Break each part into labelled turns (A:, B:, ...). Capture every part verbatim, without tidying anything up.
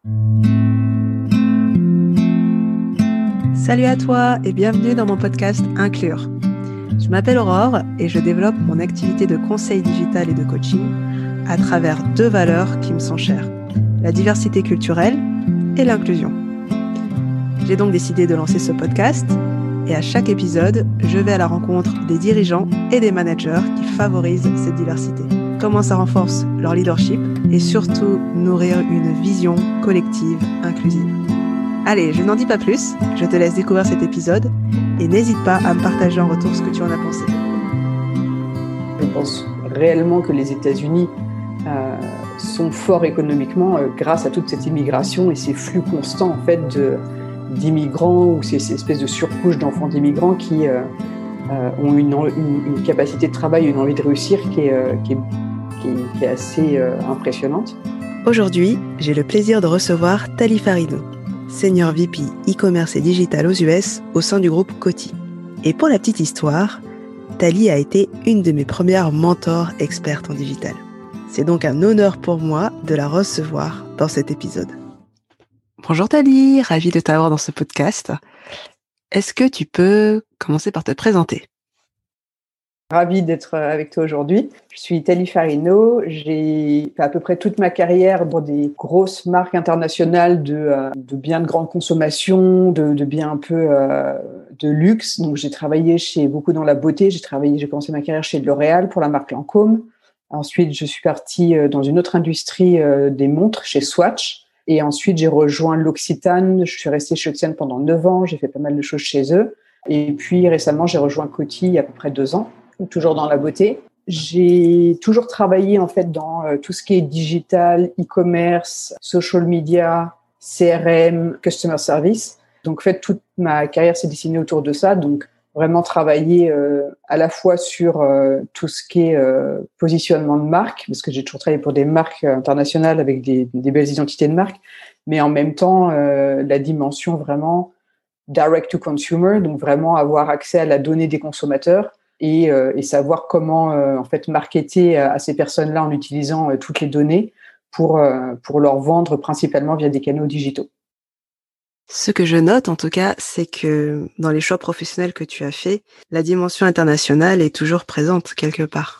A: Salut à toi et bienvenue dans mon podcast Inclure. Je m'appelle Aurore et je développe mon activité de conseil digital et de coaching à travers deux valeurs qui me sont chères, la diversité culturelle et l'inclusion. J'ai donc décidé de lancer ce podcast et à chaque épisode, je vais à la rencontre des dirigeants et des managers qui favorisent cette diversité. Comment ça renforce leur leadership et surtout nourrir une vision collective inclusive. Allez, je n'en dis pas plus, je te laisse découvrir cet épisode et n'hésite pas à me partager en retour ce que tu en as pensé.
B: Je pense réellement que les États-Unis euh, sont forts économiquement euh, grâce à toute cette immigration et ces flux constants en fait, de, d'immigrants ou ces, ces espèces de surcouches d'enfants d'immigrants qui euh, euh, ont une, une, une capacité de travail, une envie de réussir qui est, euh, qui est, qui est, qui est assez euh, impressionnante.
A: Aujourd'hui, j'ai le plaisir de recevoir Tali Faridou, Senior V P e-commerce et digital aux U S au sein du groupe Coty. Et pour la petite histoire, Tali a été une de mes premières mentors expertes en digital. C'est donc un honneur pour moi de la recevoir dans cet épisode. Bonjour Tali, ravie de t'avoir dans ce podcast. Est-ce que tu peux commencer par te présenter ?
B: Ravie d'être avec toi aujourd'hui. Je suis Tali Faridou. J'ai fait à peu près toute ma carrière dans des grosses marques internationales de, euh, de biens de grande consommation, de, de biens un peu euh, de luxe. Donc, j'ai travaillé chez beaucoup dans la beauté. J'ai travaillé, j'ai commencé ma carrière chez L'Oréal pour la marque Lancôme. Ensuite, je suis partie dans une autre industrie euh, des montres chez Swatch. Et ensuite, j'ai rejoint l'Occitane. Je suis restée chez L'Occitane pendant neuf ans. J'ai fait pas mal de choses chez eux. Et puis, récemment, j'ai rejoint Coty il y a à peu près deux ans. Toujours dans la beauté. J'ai toujours travaillé en fait dans euh, tout ce qui est digital, e-commerce, social media, C R M, customer service. Donc en fait toute ma carrière s'est dessinée autour de ça. Donc vraiment travailler euh, à la fois sur euh, tout ce qui est euh, positionnement de marque, parce que j'ai toujours travaillé pour des marques internationales avec des, des belles identités de marque, mais en même temps euh, la dimension vraiment direct to consumer, donc vraiment avoir accès à la donnée des consommateurs. Et, euh, et savoir comment euh, en fait marketer à, à ces personnes-là en utilisant euh, toutes les données pour euh, pour leur vendre principalement via des canaux digitaux.
A: Ce que je note en tout cas, c'est que dans les choix professionnels que tu as faits, la dimension internationale est toujours présente quelque part.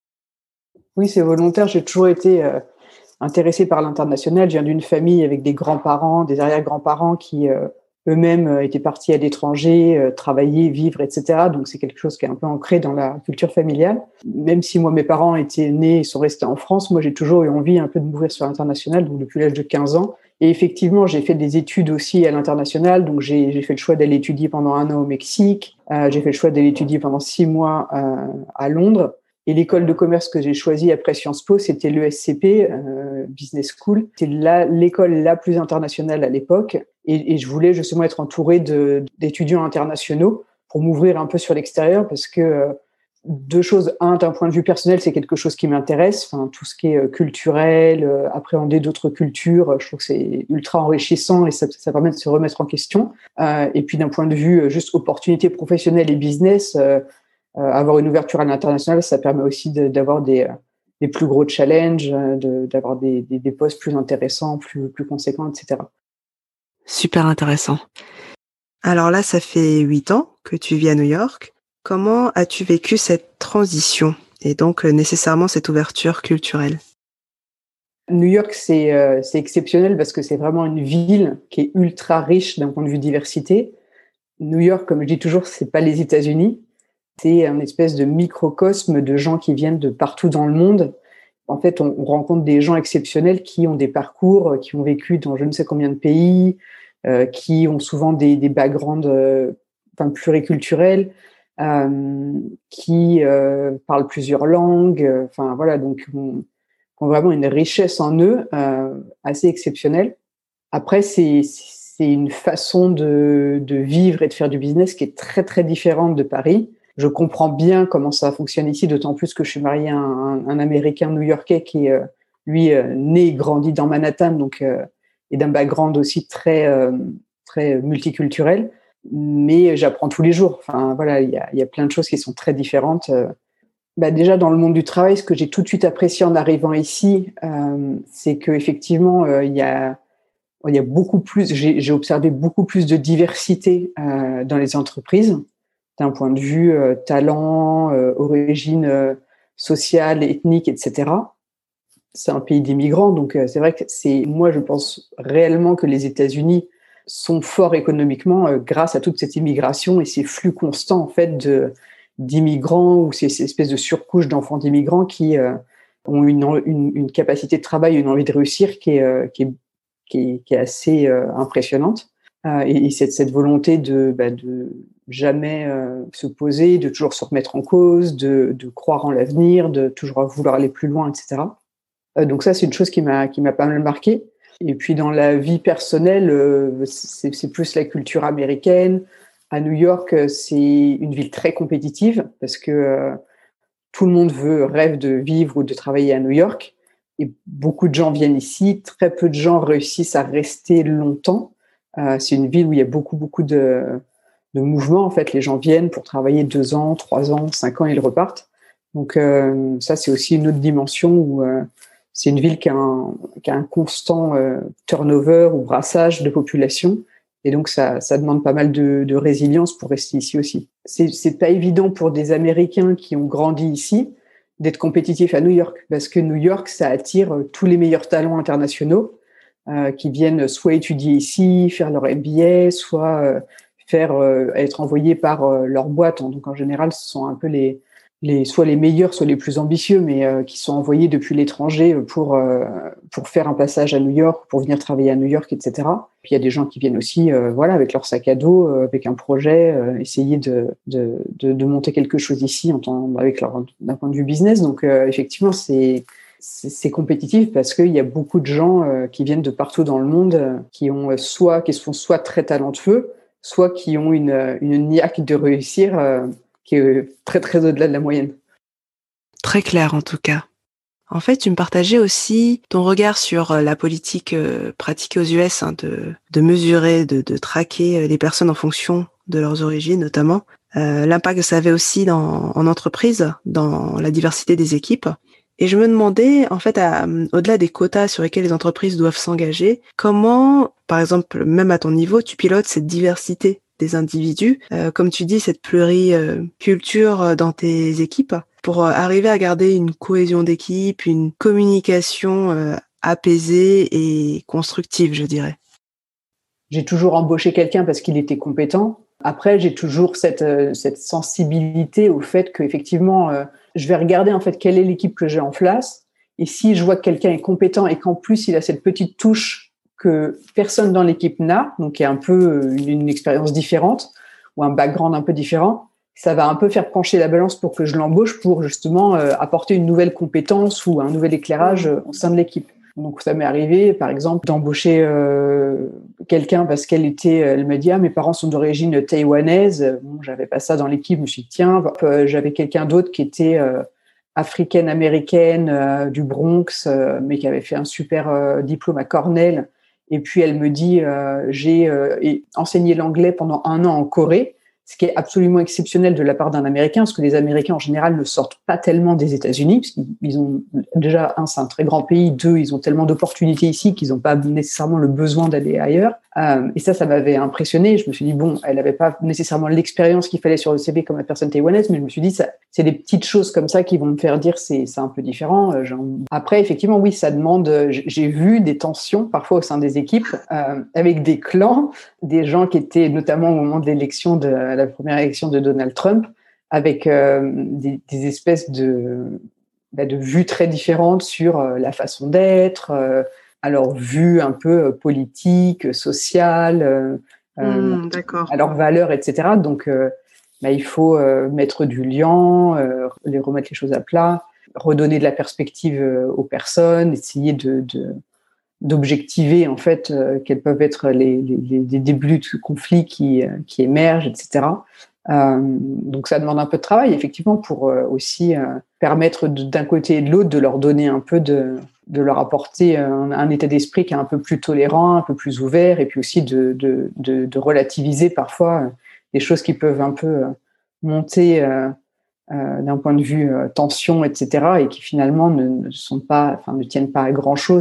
B: Oui, c'est volontaire. J'ai toujours été euh, intéressée par l'international. Je viens d'une famille avec des grands-parents, des arrière-grands-parents qui euh, eux-mêmes euh, étaient partis à l'étranger, euh, travailler, vivre, et cetera. Donc, c'est quelque chose qui est un peu ancré dans la culture familiale. Même si moi, mes parents étaient nés et sont restés en France, moi, j'ai toujours eu envie un peu de m'ouvrir sur l'international, donc depuis l'âge de quinze ans. Et effectivement, j'ai fait des études aussi à l'international. Donc, j'ai, j'ai fait le choix d'aller étudier pendant un an au Mexique. Euh, j'ai fait le choix d'aller étudier pendant six mois euh, à Londres. Et l'école de commerce que j'ai choisie après Sciences Po, c'était l'E S C P, euh, Business School. C'était la, l'école la plus internationale à l'époque. Et, et je voulais justement être entourée de, d'étudiants internationaux pour m'ouvrir un peu sur l'extérieur parce que euh, deux choses. Un, d'un point de vue personnel, c'est quelque chose qui m'intéresse. Enfin, tout ce qui est euh, culturel, euh, appréhender d'autres cultures, je trouve que c'est ultra enrichissant et ça, ça permet de se remettre en question. Euh, et puis d'un point de vue euh, juste opportunité professionnelle et business, euh, Euh, avoir une ouverture à l'international, ça permet aussi de, d'avoir des, euh, des plus gros challenges, de, d'avoir des, des, des postes plus intéressants, plus, plus conséquents, et cetera.
A: Super intéressant. Alors là, ça fait huit ans que tu vis à New York. Comment as-tu vécu cette transition et donc euh, nécessairement cette ouverture culturelle ?
B: New York, c'est, euh, c'est exceptionnel parce que c'est vraiment une ville qui est ultra riche d'un point de vue diversité. New York, comme je dis toujours, c'est pas les États-Unis. C'est un espèce de microcosme de gens qui viennent de partout dans le monde. En fait, on, on rencontre des gens exceptionnels qui ont des parcours, qui ont vécu dans je ne sais combien de pays, euh, qui ont souvent des, des backgrounds euh, enfin, pluriculturels, euh, qui euh, parlent plusieurs langues. Enfin voilà, donc on, ont vraiment une richesse en eux euh, assez exceptionnelle. Après, c'est, c'est une façon de, de vivre et de faire du business qui est très très différente de Paris. Je comprends bien comment ça fonctionne ici, d'autant plus que je suis mariée à un, un Américain new-yorkais qui est, euh, lui, euh, né et grandi dans Manhattan, donc euh, et d'un background aussi très euh, très multiculturel. Mais j'apprends tous les jours. Enfin voilà, il y a, y a plein de choses qui sont très différentes. Euh, bah déjà dans le monde du travail, ce que j'ai tout de suite apprécié en arrivant ici, euh, c'est que effectivement, euh, il y a il y a beaucoup plus, j'ai, j'ai observé beaucoup plus de diversité euh, dans les entreprises, d'un point de vue euh, talent, euh, origine euh, sociale, ethnique, et cetera. C'est un pays d'immigrants, donc euh, c'est vrai que c'est, moi, je pense réellement que les États-Unis sont forts économiquement euh, grâce à toute cette immigration et ces flux constants en fait de d'immigrants ou ces, ces espèces de surcouches d'enfants d'immigrants qui euh, ont une, une, une capacité de travail, une envie de réussir qui est, euh, qui est, qui est, qui est assez euh, impressionnante. Euh, et, et cette, cette volonté de, bah, de jamais euh, se poser, de toujours se remettre en cause, de, de croire en l'avenir, de toujours vouloir aller plus loin, et cetera. Euh, donc ça, c'est une chose qui m'a, qui m'a pas mal marqué. Et puis dans la vie personnelle, euh, c'est, c'est plus la culture américaine. À New York, c'est une ville très compétitive parce que euh, tout le monde veut, rêve de vivre ou de travailler à New York. Et beaucoup de gens viennent ici. Très peu de gens réussissent à rester longtemps. Euh, c'est une ville où il y a beaucoup, beaucoup de, de mouvements. En fait, les gens viennent pour travailler deux ans, trois ans, cinq ans, et ils repartent. Donc euh, ça, c'est aussi une autre dimension où euh, c'est une ville qui a un, qui a un constant euh, turnover ou brassage de population. Et donc, ça, ça demande pas mal de, de résilience pour rester ici aussi. C'est, c'est pas évident pour des Américains qui ont grandi ici d'être compétitifs à New York, parce que New York, ça attire tous les meilleurs talents internationaux euh, qui viennent soit étudier ici, faire leur M B A, soit euh, faire euh, être envoyés par euh, leur boîte. Donc, en général, ce sont un peu les les soit les meilleurs, soit les plus ambitieux, mais euh, qui sont envoyés depuis l'étranger pour euh, pour faire un passage à New York, pour venir travailler à New York, et cetera. Puis il y a des gens qui viennent aussi, euh, voilà, avec leur sac à dos, euh, avec un projet, euh, essayer de, de de de monter quelque chose ici en temps, avec leur d'un point de vue business. Donc euh, effectivement, c'est c'est, c'est compétitif parce qu'il y a beaucoup de gens euh, qui viennent de partout dans le monde, euh, qui ont euh, soit qui sont soit très talentueux, soit qui ont une une niaque de réussir. Euh, qui est très très au-delà de la moyenne.
A: Très clair en tout cas. En fait, tu me partageais aussi ton regard sur la politique euh, pratiquée aux U S, hein, de, de mesurer, de, de traquer les personnes en fonction de leurs origines notamment, euh, l'impact que ça avait aussi dans, en entreprise, dans la diversité des équipes. Et je me demandais, en fait, à, au-delà des quotas sur lesquels les entreprises doivent s'engager, comment, par exemple, même à ton niveau, tu pilotes cette diversité des individus, euh, comme tu dis, cette pluriculture dans tes équipes, pour arriver à garder une cohésion d'équipe, une communication euh, apaisée et constructive, je dirais.
B: J'ai toujours embauché quelqu'un parce qu'il était compétent. Après, j'ai toujours cette, euh, cette sensibilité au fait qu'effectivement, euh, je vais regarder en fait quelle est l'équipe que j'ai en place. Et si je vois que quelqu'un est compétent et qu'en plus il a cette petite touche que personne dans l'équipe n'a, donc qui est un peu une, une expérience différente ou un background un peu différent, ça va un peu faire pencher la balance pour que je l'embauche pour justement euh, apporter une nouvelle compétence ou un nouvel éclairage euh, au sein de l'équipe. Donc ça m'est arrivé, par exemple, d'embaucher euh, quelqu'un parce qu'elle était, elle m'a dit ah mes parents sont d'origine taïwanaise. Bon, j'avais pas ça dans l'équipe, je me suis dit tiens, euh, j'avais quelqu'un d'autre qui était euh, africaine américaine euh, du Bronx, euh, mais qui avait fait un super euh, diplôme à Cornell. Et puis elle me dit euh, j'ai euh, enseigné l'anglais pendant un an en Corée, ce qui est absolument exceptionnel de la part d'un Américain, parce que les Américains en général ne sortent pas tellement des États-Unis, parce qu'ils ont déjà un, c'est un très grand pays, deux, ils ont tellement d'opportunités ici qu'ils n'ont pas nécessairement le besoin d'aller ailleurs. Euh, et ça, ça m'avait impressionné. Je me suis dit bon, elle n'avait pas nécessairement l'expérience qu'il fallait sur le C V comme la personne taïwanaise, mais je me suis dit ça, c'est des petites choses comme ça qui vont me faire dire c'est c'est un peu différent. Euh, genre... Après, effectivement, oui, ça demande. J'ai vu des tensions parfois au sein des équipes euh, avec des clans, des gens qui étaient notamment au moment de l'élection de la première élection de Donald Trump, avec euh, des, des espèces de bah, de vues très différentes sur euh, la façon d'être. Euh, à leur vue un peu politique, sociale, euh,
A: mmh, d'accord.
B: à leurs valeurs, et cetera. Donc, euh, bah, il faut euh, mettre du liant, euh, les remettre les choses à plat, redonner de la perspective euh, aux personnes, essayer de, de d'objectiver en fait euh, quels peuvent être les, les, les débuts de conflits qui euh, qui émergent, et cetera. Euh, donc ça demande un peu de travail effectivement pour euh, aussi euh, permettre de, d'un côté et de l'autre de leur donner un peu de de leur apporter un, un état d'esprit qui est un peu plus tolérant, un peu plus ouvert, et puis aussi de de de, de relativiser parfois euh, des choses qui peuvent un peu euh, monter euh, euh, d'un point de vue euh, tension, et cetera, et qui finalement ne, ne sont pas, enfin ne tiennent pas à grand chose.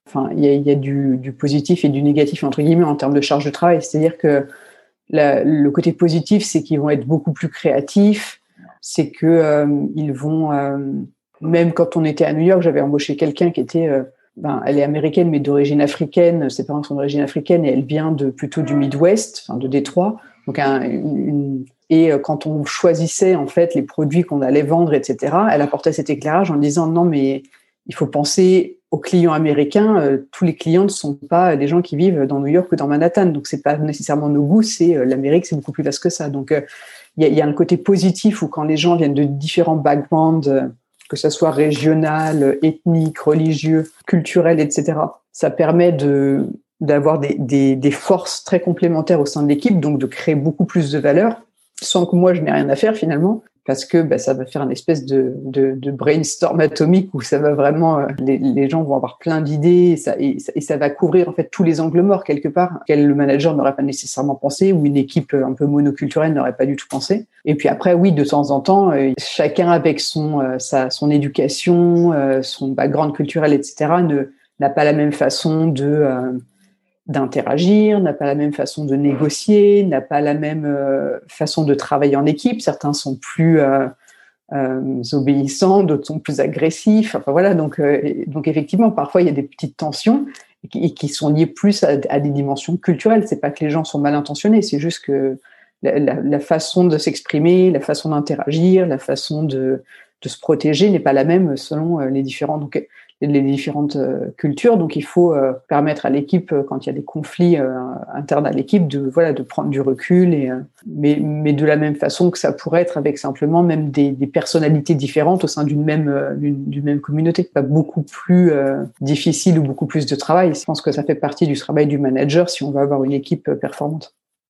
B: Enfin, il y a, il y a du, du positif et du négatif, entre guillemets, en termes de charge de travail. C'est-à-dire que la, le côté positif, c'est qu'ils vont être beaucoup plus créatifs. C'est que euh, ils vont... Euh, même quand on était à New York, j'avais embauché quelqu'un qui était... Euh, ben, elle est américaine, mais d'origine africaine. Ses parents sont d'origine africaine et elle vient de, plutôt du Midwest, enfin de Détroit. Donc, un, une, et quand on choisissait, en fait, les produits qu'on allait vendre, et cetera, elle apportait cet éclairage en disant « Non, mais il faut penser aux clients américains. Euh, tous les clients ne sont pas des gens qui vivent dans New York ou dans Manhattan. Donc, c'est pas nécessairement nos goûts. C'est euh, l'Amérique, c'est beaucoup plus vaste que ça. Donc, il euh, y, y a un côté positif où quand les gens viennent de différents backgrounds, euh, que ce soit régional, ethnique, religieux, culturel, et cetera, ça permet de d'avoir des, des, des forces très complémentaires au sein de l'équipe, donc de créer beaucoup plus de valeur, sans que moi je n'ai rien à faire finalement, parce que bah, ça va faire une espèce de, de, de brainstorm atomique où ça va vraiment, euh, les, les gens vont avoir plein d'idées et ça, et, et ça va couvrir en fait tous les angles morts quelque part, auxquels le manager n'aurait pas nécessairement pensé, ou une équipe un peu monoculturelle n'aurait pas du tout pensé. Et puis après, oui, de temps en temps, euh, chacun avec son, euh, sa, son éducation, euh, son background culturel, et cetera, ne, n'a pas la même façon de... Euh, d'interagir, n'a pas la même façon de négocier, n'a pas la même euh, façon de travailler en équipe. Certains sont plus euh, euh, obéissants, d'autres sont plus agressifs. Enfin voilà, donc euh, donc effectivement, parfois il y a des petites tensions qui, qui sont liées plus à, à des dimensions culturelles. C'est pas que les gens sont mal intentionnés, c'est juste que la, la, la façon de s'exprimer, la façon d'interagir, la façon de de se protéger n'est pas la même selon les différents donc les différentes euh, cultures. Donc, il faut euh, permettre à l'équipe, euh, quand il y a des conflits euh, internes à l'équipe, de voilà, de prendre du recul. Et euh, mais mais de la même façon que ça pourrait être avec simplement même des, des personnalités différentes au sein d'une même euh, d'une, d'une même communauté. Pas beaucoup plus euh, difficile ou beaucoup plus de travail. Je pense que ça fait partie du travail du manager si on veut avoir une équipe performante.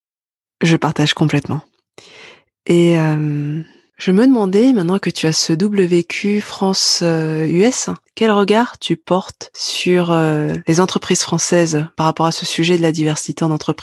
A: Je partage complètement. Et euh... je me demandais, maintenant que tu as ce double vécu France-U S, quel regard tu portes sur euh, les entreprises françaises par rapport à ce sujet de la diversité en entreprise ?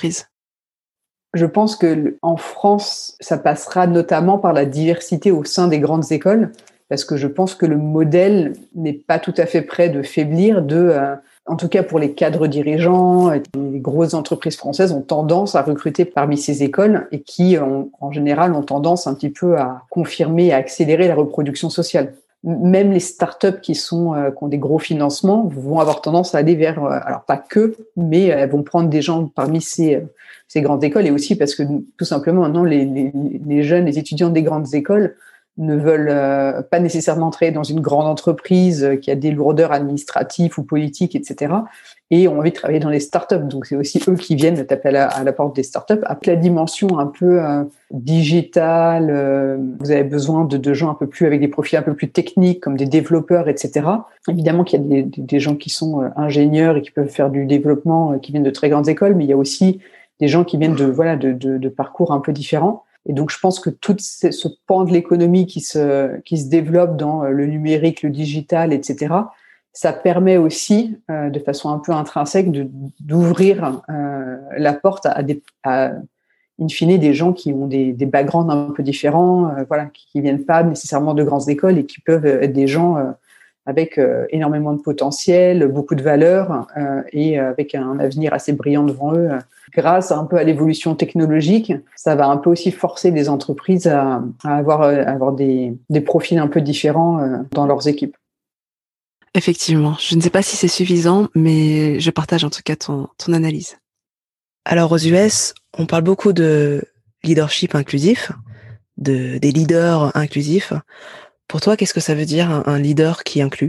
B: Je pense que en France, ça passera notamment par la diversité au sein des grandes écoles, parce que je pense que le modèle n'est pas tout à fait prêt de faiblir, de, euh, en tout cas pour les cadres dirigeants, les grosses entreprises françaises ont tendance à recruter parmi ces écoles et qui, ont, en général, ont tendance un petit peu à confirmer et à accélérer la reproduction sociale. Même les startups qui sont euh, qui ont des gros financements vont avoir tendance à aller vers, euh, alors pas que, mais elles vont prendre des gens parmi ces, euh, ces grandes écoles, et aussi parce que tout simplement maintenant les, les, les jeunes, les étudiants des grandes écoles ne veulent euh, pas nécessairement travailler dans une grande entreprise euh, qui a des lourdeurs administratives ou politiques, et cetera, et ont envie de travailler dans les startups. Donc c'est aussi eux qui viennent taper à la, à la porte des startups. Après la dimension un peu euh, digitale, euh, vous avez besoin de, de gens un peu plus avec des profils un peu plus techniques, comme des développeurs, et cetera. Évidemment qu'il y a des, des, des gens qui sont euh, ingénieurs et qui peuvent faire du développement, euh, qui viennent de très grandes écoles, mais il y a aussi des gens qui viennent de voilà de, de, de parcours un peu différents. Et donc, je pense que tout ce, ce pan de l'économie qui se, qui se développe dans le numérique, le digital, et cetera, ça permet aussi, euh, de façon un peu intrinsèque, de, d'ouvrir euh, la porte à, des, à, in fine, des gens qui ont des, des backgrounds un peu différents, euh, voilà, qui ne viennent pas nécessairement de grandes écoles et qui peuvent être des gens euh, avec euh, énormément de potentiel, beaucoup de valeur euh, et avec un avenir assez brillant devant eux. Grâce un peu à l'évolution technologique, ça va un peu aussi forcer les entreprises à, à avoir, à avoir des, des profils un peu différents euh, dans leurs équipes.
A: Effectivement, je ne sais pas si c'est suffisant, mais je partage en tout cas ton, ton analyse. Alors aux U S, on parle beaucoup de leadership inclusif, de, des leaders inclusifs. Pour toi, qu'est-ce que ça veut dire un, un leader qui inclut ?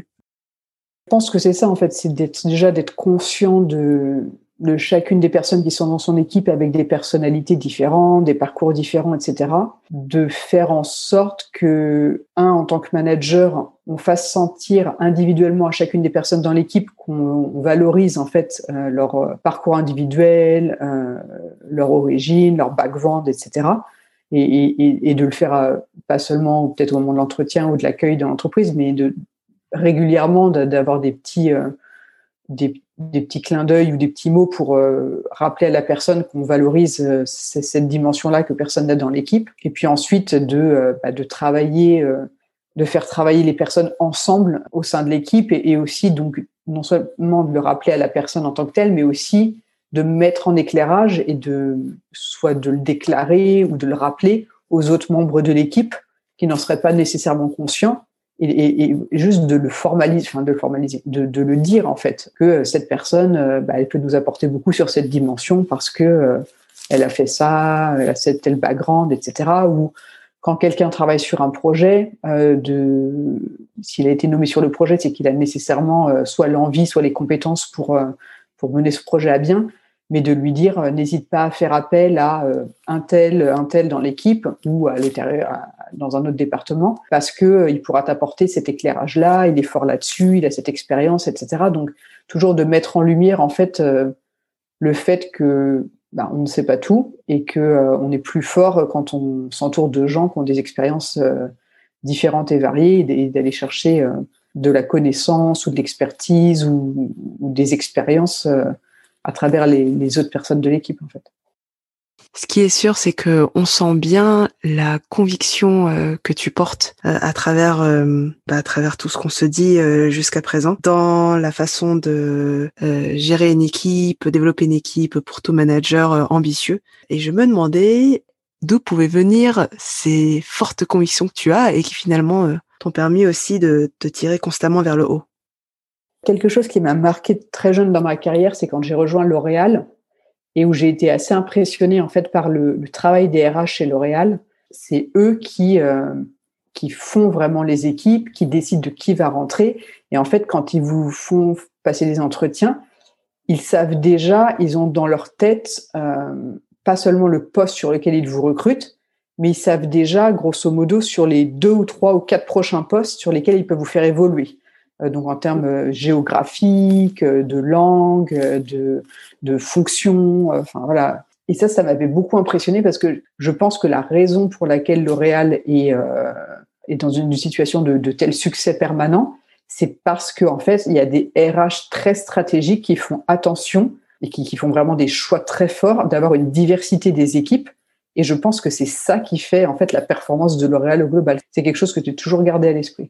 B: Je pense que c'est ça, en fait, c'est d'être, déjà d'être conscient de, de chacune des personnes qui sont dans son équipe avec des personnalités différentes, des parcours différents, et cetera. De faire en sorte que, un, en tant que manager, on fasse sentir individuellement à chacune des personnes dans l'équipe qu'on on valorise en fait euh, leur parcours individuel, euh, leur origine, leur background, et cetera. Et, et, et de le faire euh, pas seulement peut-être au moment de l'entretien ou de l'accueil de l'entreprise, mais de régulièrement d'avoir des petits euh, des, des petits clins d'œil ou des petits mots pour euh, rappeler à la personne qu'on valorise euh, cette dimension-là que personne n'a dans l'équipe. Et puis ensuite de euh, bah, de travailler, euh, de faire travailler les personnes ensemble au sein de l'équipe et, et aussi donc non seulement de le rappeler à la personne en tant que telle, mais aussi de mettre en éclairage et de soit de le déclarer ou de le rappeler aux autres membres de l'équipe qui n'en seraient pas nécessairement conscients, et, et, et juste de le formaliser, enfin de le formaliser, de, de le dire en fait que cette personne, euh, bah, elle peut nous apporter beaucoup sur cette dimension parce que euh, elle a fait ça, elle a cette tel background, et cetera. Ou quand quelqu'un travaille sur un projet, euh, de, s'il a été nommé sur le projet, c'est qu'il a nécessairement euh, soit l'envie, soit les compétences pour euh, pour mener ce projet à bien. Mais de lui dire, euh, n'hésite pas à faire appel à euh, un tel, un tel dans l'équipe ou à l'intérieur, à, dans un autre département, parce que euh, il pourra t'apporter cet éclairage-là, il est fort là-dessus, il a cette expérience, et cetera. Donc, toujours de mettre en lumière, en fait, euh, le fait que ben, on ne sait pas tout et que euh, on est plus fort quand on s'entoure de gens qui ont des expériences euh, différentes et variées, et d'aller chercher euh, de la connaissance ou de l'expertise ou, ou des expériences euh, à travers les, les autres personnes de l'équipe, en fait.
A: Ce qui est sûr, c'est que on sent bien la conviction euh, que tu portes euh, à travers, euh, bah, à travers tout ce qu'on se dit euh, jusqu'à présent, dans la façon de euh, gérer une équipe, développer une équipe pour tout manager euh, ambitieux. Et je me demandais d'où pouvaient venir ces fortes convictions que tu as et qui finalement euh, t'ont permis aussi de te tirer constamment vers le haut.
B: Quelque chose qui m'a marqué très jeune dans ma carrière, c'est quand j'ai rejoint L'Oréal et où j'ai été assez impressionnée en fait par le, le travail des R H chez L'Oréal. C'est eux qui euh, qui font vraiment les équipes, qui décident de qui va rentrer. Et en fait, quand ils vous font passer des entretiens, ils savent déjà, ils ont dans leur tête euh, pas seulement le poste sur lequel ils vous recrutent, mais ils savent déjà, grosso modo, sur les deux ou trois ou quatre prochains postes sur lesquels ils peuvent vous faire évoluer. Donc en termes géographiques, de langue, de, de fonction, enfin voilà. Et ça, ça m'avait beaucoup impressionné parce que je pense que la raison pour laquelle L'Oréal est, euh, est dans une situation de, de tel succès permanent, c'est parce qu'en fait, il y a des R H très stratégiques qui font attention et qui, qui font vraiment des choix très forts d'avoir une diversité des équipes. Et je pense que c'est ça qui fait en fait la performance de L'Oréal au global. C'est quelque chose que tu as toujours gardé à l'esprit.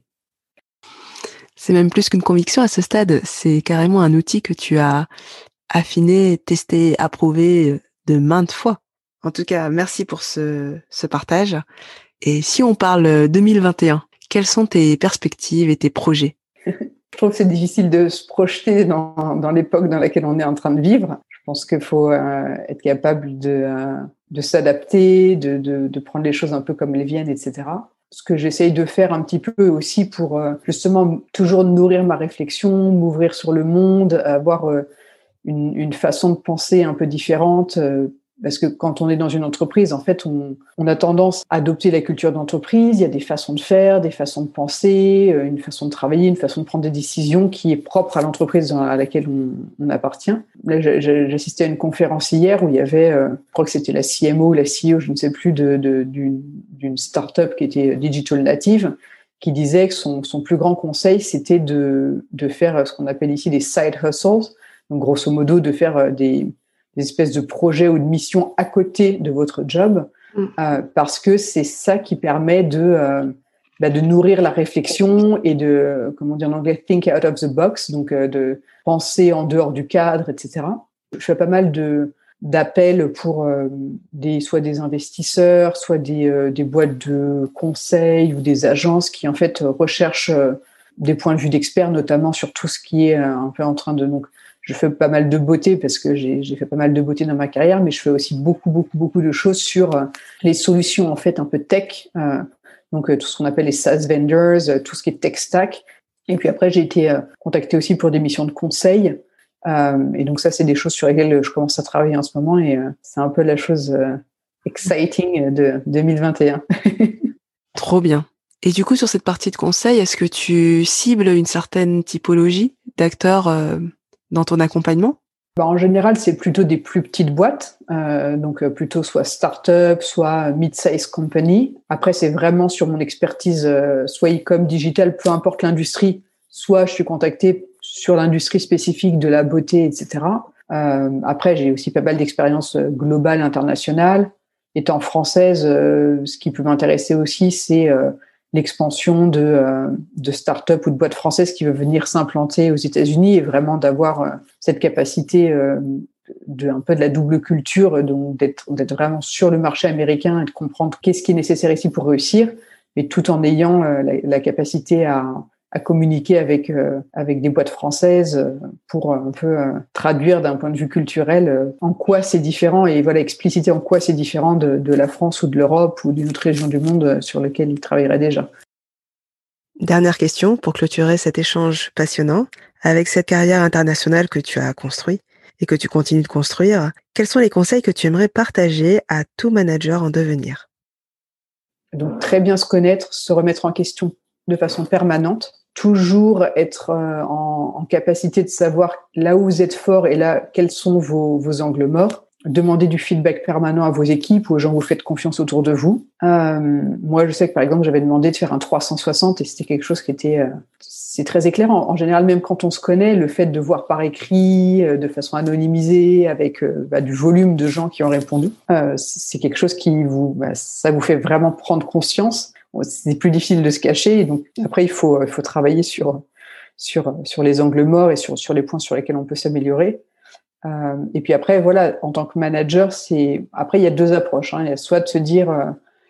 A: C'est même plus qu'une conviction à ce stade, c'est carrément un outil que tu as affiné, testé, approuvé de maintes fois. En tout cas, merci pour ce, ce partage. Et si on parle deux mille vingt et un, quelles sont tes perspectives et tes projets?
B: Je trouve que c'est difficile de se projeter dans, dans l'époque dans laquelle on est en train de vivre. Je pense qu'il faut euh, être capable de, euh, de s'adapter, de, de, de prendre les choses un peu comme elles viennent, et cetera. Ce que j'essaye de faire un petit peu aussi pour euh, justement toujours nourrir ma réflexion, m'ouvrir sur le monde, avoir euh, une, une façon de penser un peu différente. Euh, parce que quand on est dans une entreprise, en fait, on, on a tendance à adopter la culture d'entreprise. Il y a des façons de faire, des façons de penser, euh, une façon de travailler, une façon de prendre des décisions qui est propre à l'entreprise à laquelle on, on appartient. Là, j'assistais à une conférence hier où il y avait, euh, je crois que c'était la C M O ou la C E O, je ne sais plus, de, de, d'une, d'une start-up qui était digital native, qui disait que son, son plus grand conseil, c'était de, de faire ce qu'on appelle ici des side hustles. Donc, grosso modo, de faire des, des espèces de projets ou de missions à côté de votre job, mmh. euh, parce que c'est ça qui permet de, euh, bah, de nourrir la réflexion et de, comment dire en anglais, think out of the box, donc euh, de penser en dehors du cadre, et cetera. Je fais pas mal de d'appels pour euh, des, soit des investisseurs, soit des, euh, des boîtes de conseil ou des agences qui en fait recherchent euh, des points de vue d'experts, notamment sur tout ce qui est euh, un peu en train de donc je fais pas mal de beauté parce que j'ai, j'ai fait pas mal de beauté dans ma carrière, mais je fais aussi beaucoup, beaucoup, beaucoup de choses sur euh, les solutions en fait un peu tech, euh, donc euh, tout ce qu'on appelle les SaaS vendors, euh, tout ce qui est tech stack. Et puis après, j'ai été euh, contactée aussi pour des missions de conseil. Euh, et donc ça, c'est des choses sur lesquelles je commence à travailler en ce moment et euh, c'est un peu la chose euh, exciting de deux mille vingt et un.
A: Trop bien. Et du coup, sur cette partie de conseil, est-ce que tu cibles une certaine typologie d'acteurs euh, dans ton accompagnement?
B: Bah, en général, c'est plutôt des plus petites boîtes, euh, donc euh, plutôt soit start-up, soit mid-size company. Après, c'est vraiment sur mon expertise, euh, soit e-com, digital, peu importe l'industrie, soit je suis contactée sur l'industrie spécifique de la beauté, et cetera. Euh, après, j'ai aussi pas mal d'expériences globales, internationales. Étant française, euh, ce qui peut m'intéresser aussi, c'est euh, l'expansion de, euh, de start-up ou de boîtes françaises qui veulent venir s'implanter aux États-Unis et vraiment d'avoir euh, cette capacité euh, de un peu de la double culture, donc d'être, d'être vraiment sur le marché américain et de comprendre qu'est-ce qui est nécessaire ici pour réussir, mais tout en ayant euh, la, la capacité à, à communiquer avec euh, avec des boîtes françaises euh, pour un peu euh, traduire d'un point de vue culturel euh, en quoi c'est différent et voilà expliciter en quoi c'est différent de, de la France ou de l'Europe ou d'une autre région du monde sur laquelle ils travailleraient déjà.
A: Dernière question pour clôturer cet échange passionnant. Avec cette carrière internationale que tu as construite et que tu continues de construire, quels sont les conseils que tu aimerais partager à tout manager en devenir?
B: Donc très bien se connaître, se remettre en question de façon permanente, toujours être euh, en, en capacité de savoir là où vous êtes fort et là quels sont vos, vos angles morts. Demander du feedback permanent à vos équipes ou aux gens que vous faites confiance autour de vous. Euh, moi, je sais que par exemple, j'avais demandé de faire un trois cent soixante et c'était quelque chose qui était, euh, c'est très éclairant. En général, même quand on se connaît, le fait de voir par écrit, euh, de façon anonymisée, avec euh, bah, du volume de gens qui ont répondu, euh, c'est quelque chose qui vous, bah, ça vous fait vraiment prendre conscience. C'est plus difficile de se cacher. Et donc après, il faut, il faut travailler sur sur sur les angles morts et sur sur les points sur lesquels on peut s'améliorer. Euh, et puis après, voilà, en tant que manager, c'est après il y a deux approches. Hein. Il y a soit de se dire, euh,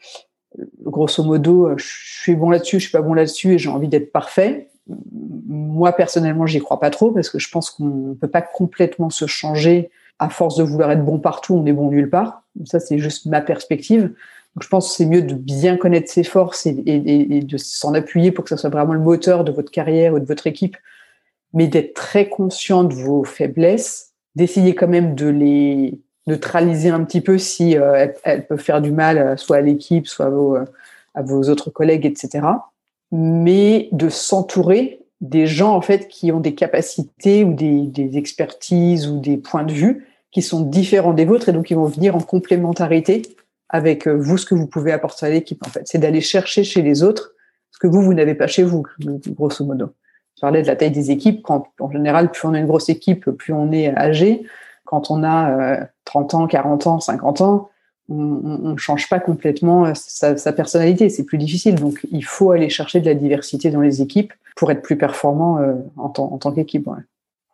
B: grosso modo, je suis bon là-dessus, je suis pas bon là-dessus, et j'ai envie d'être parfait. Moi personnellement, j'y crois pas trop parce que je pense qu'on peut pas complètement se changer à force de vouloir être bon partout. On est bon nulle part. Ça, c'est juste ma perspective. Donc, je pense que c'est mieux de bien connaître ses forces et, et, et de s'en appuyer pour que ça soit vraiment le moteur de votre carrière ou de votre équipe, mais d'être très conscient de vos faiblesses, d'essayer quand même de les neutraliser un petit peu si euh, elles, elles peuvent faire du mal, soit à l'équipe, soit à vos, à vos autres collègues, et cetera. Mais de s'entourer des gens en fait qui ont des capacités ou des, des expertises ou des points de vue qui sont différents des vôtres et donc ils vont venir en complémentarité avec vous, ce que vous pouvez apporter à l'équipe. En fait, c'est d'aller chercher chez les autres ce que vous, vous n'avez pas chez vous, grosso modo. Je parlais de la taille des équipes. Quand, en général, plus on a une grosse équipe, plus on est âgé. Quand on a euh, trente ans, quarante ans, cinquante ans, on ne change pas complètement sa, sa personnalité. C'est plus difficile. Donc, il faut aller chercher de la diversité dans les équipes pour être plus performant euh, en, tant, en tant qu'équipe. Ouais.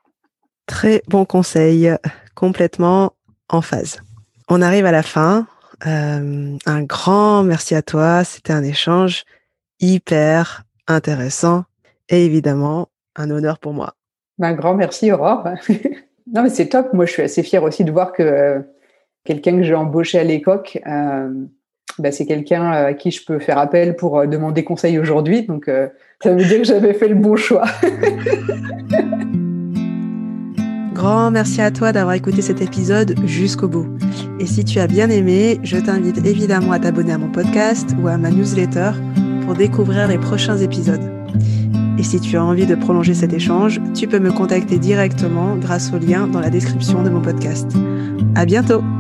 A: Très bon conseil, complètement en phase. On arrive à la fin. Euh, un grand merci à toi. C'était un échange hyper intéressant et évidemment un honneur pour moi.
B: Un grand merci, Aurore. Non, mais c'est top. Moi, je suis assez fière aussi de voir que euh, quelqu'un que j'ai embauché à l'époque, euh, bah, c'est quelqu'un à qui je peux faire appel pour euh, demander conseil aujourd'hui. Donc, euh, ça veut dire que j'avais fait le bon choix.
A: Grand merci à toi d'avoir écouté cet épisode jusqu'au bout. Et si tu as bien aimé, je t'invite évidemment à t'abonner à mon podcast ou à ma newsletter pour découvrir les prochains épisodes. Et si tu as envie de prolonger cet échange, tu peux me contacter directement grâce au lien dans la description de mon podcast. À bientôt!